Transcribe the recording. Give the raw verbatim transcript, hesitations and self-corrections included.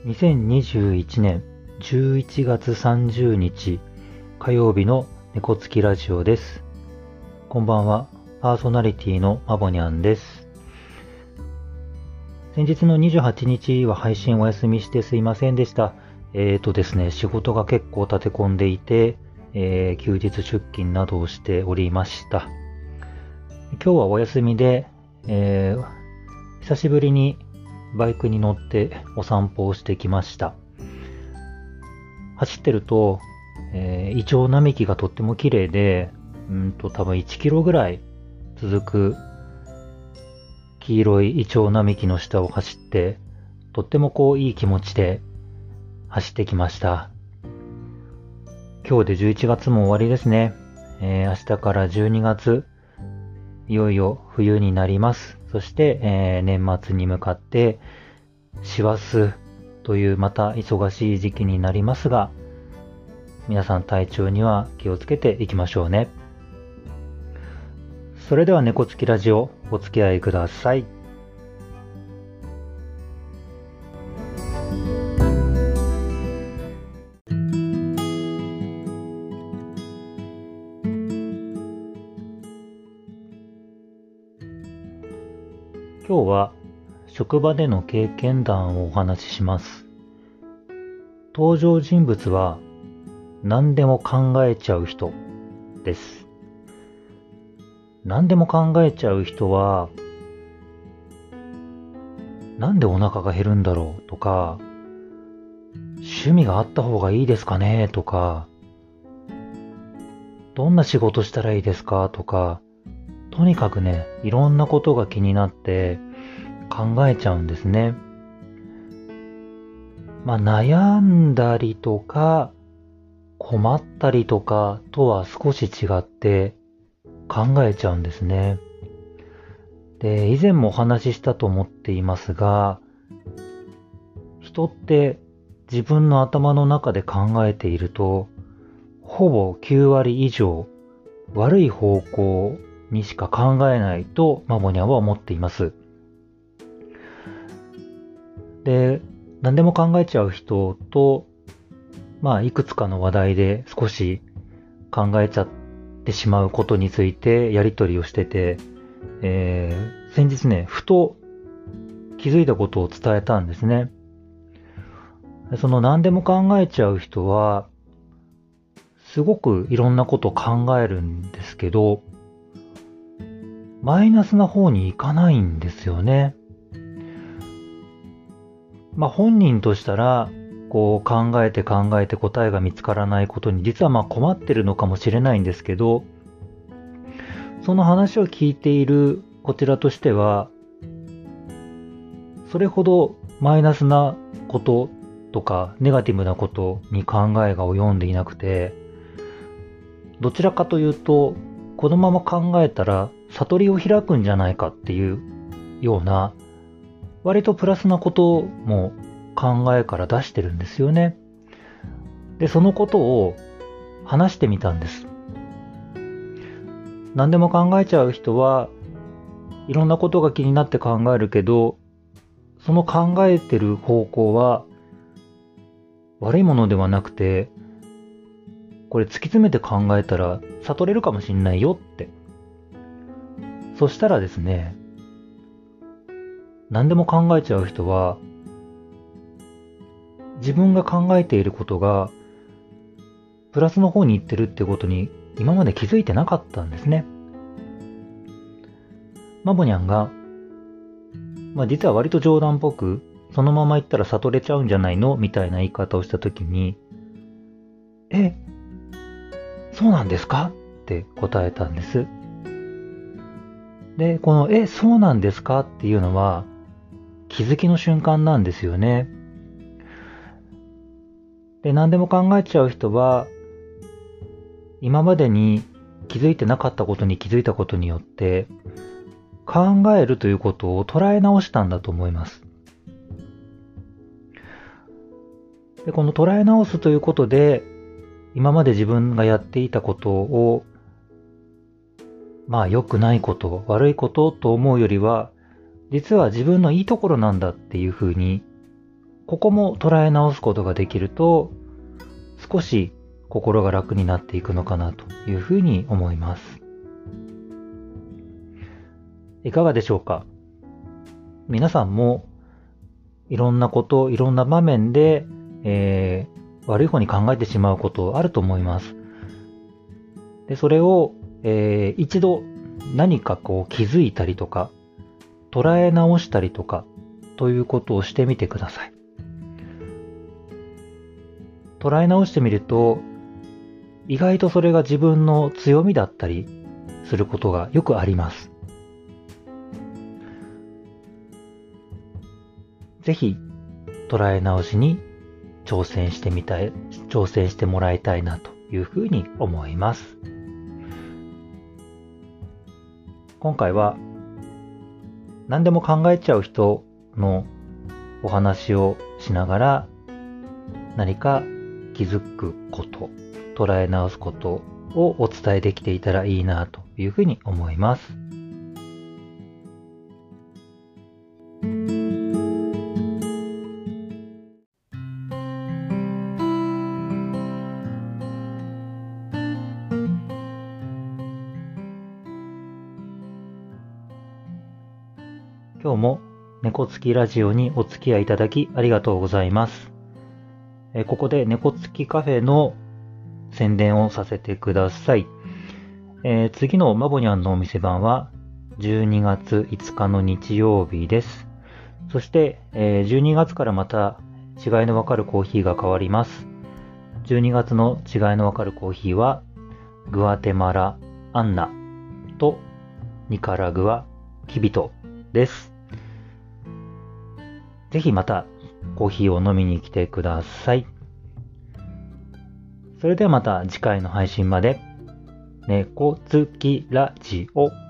にせんにじゅういちねんじゅういちがつさんじゅうにち火曜日の猫つきラジオです。こんばんは、パーソナリティのまぼにゃんです。先日のにじゅうはちにちは配信お休みしてすいませんでした。えーとですね、仕事が結構立て込んでいて、えー、休日出勤などをしておりました。今日はお休みで、えー、久しぶりにバイクに乗ってお散歩をしてきました。走ってると、えー、イチョウ並木がとっても綺麗で、うんと多分いちキロぐらい続く黄色いイチョウ並木の下を走って、とってもこういい気持ちで走ってきました。今日でじゅういちがつも終わりですね。えー、明日からじゅうにがつ、いよいよ冬になります。そして、えー、年末に向かって師走というまた忙しい時期になりますが、皆さん体調には気をつけていきましょうね。それでは猫つきラジオお付き合いください。今日は職場での経験談をお話しします。登場人物は何でも考えちゃう人です。何でも考えちゃう人は、なんでお腹が減るんだろうとか、趣味があった方がいいですかねとか、どんな仕事したらいいですかとか、とにかくね、いろんなことが気になって考えちゃうんですね。まあ悩んだりとか困ったりとかとは少し違って考えちゃうんですね。で、以前もお話ししたと思っていますが、人って自分の頭の中で考えていると、ほぼきゅうわり以上悪い方向にしか考えないとマモニャは思っています。で、何でも考えちゃう人と、まあいくつかの話題で少し考えちゃってしまうことについてやりとりをしてて、えー、先日ね、ふと気づいたことを伝えたんですね。その何でも考えちゃう人は、すごくいろんなことを考えるんですけど、マイナスな方に行かないんですよね。まあ本人としたら、こう考えて考えて答えが見つからないことに実はまあ困ってるのかもしれないんですけど、その話を聞いているこちらとしては、それほどマイナスなこととかネガティブなことに考えが及んでいなくて、どちらかというと、このまま考えたら悟りを開くんじゃないかっていうような、割とプラスなことも考えから出してるんですよね。で、そのことを話してみたんです。何でも考えちゃう人はいろんなことが気になって考えるけど、その考えてる方向は悪いものではなくて、これ突き詰めて考えたら悟れるかもしんないよって。そしたらですね、何でも考えちゃう人は、自分が考えていることがプラスの方に行ってるってことに今まで気づいてなかったんですね。マボニャンが、まあ実は割と冗談っぽく、そのまま行ったら悟れちゃうんじゃないのみたいな言い方をしたときに、え、そうなんですかって答えたんです。で、この、え、そうなんですかっていうのは、気づきの瞬間なんですよね。で、何でも考えちゃう人は、今までに気づいてなかったことに気づいたことによって、考えるということを捉え直したんだと思います。で、この捉え直すということで、今まで自分がやっていたことを、まあ良くないこと、悪いことと思うよりは、実は自分のいいところなんだっていうふうにここも捉え直すことができると、少し心が楽になっていくのかなというふうに思います。いかがでしょうか？皆さんもいろんなこと、いろんな場面で、えー、悪い方に考えてしまうことあると思います。で、それを、えー、一度何かこう気づいたりとか、捉え直したりとか、ということをしてみてください。捉え直してみると、意外とそれが自分の強みだったりすることがよくあります。ぜひ、捉え直しに挑戦してみたい、挑戦してもらいたいなというふうに思います。今回は、何でも考えちゃう人のお話をしながら、何か気づくこと、捉え直すことをお伝えできていたらいいなというふうに思います。今日も猫つきラジオにお付き合いいただきありがとうございます。えここで猫つきカフェの宣伝をさせてください。えー、次のマボニャンのお店番はじゅうにがついつかの日曜日です。そして、えー、じゅうにがつからまた違いのわかるコーヒーが変わります。じゅうにがつの違いのわかるコーヒーはグアテマラアンナとニカラグアキビトです。ぜひまたコーヒーを飲みに来てください。それではまた次回の配信まで。猫つきラジオ。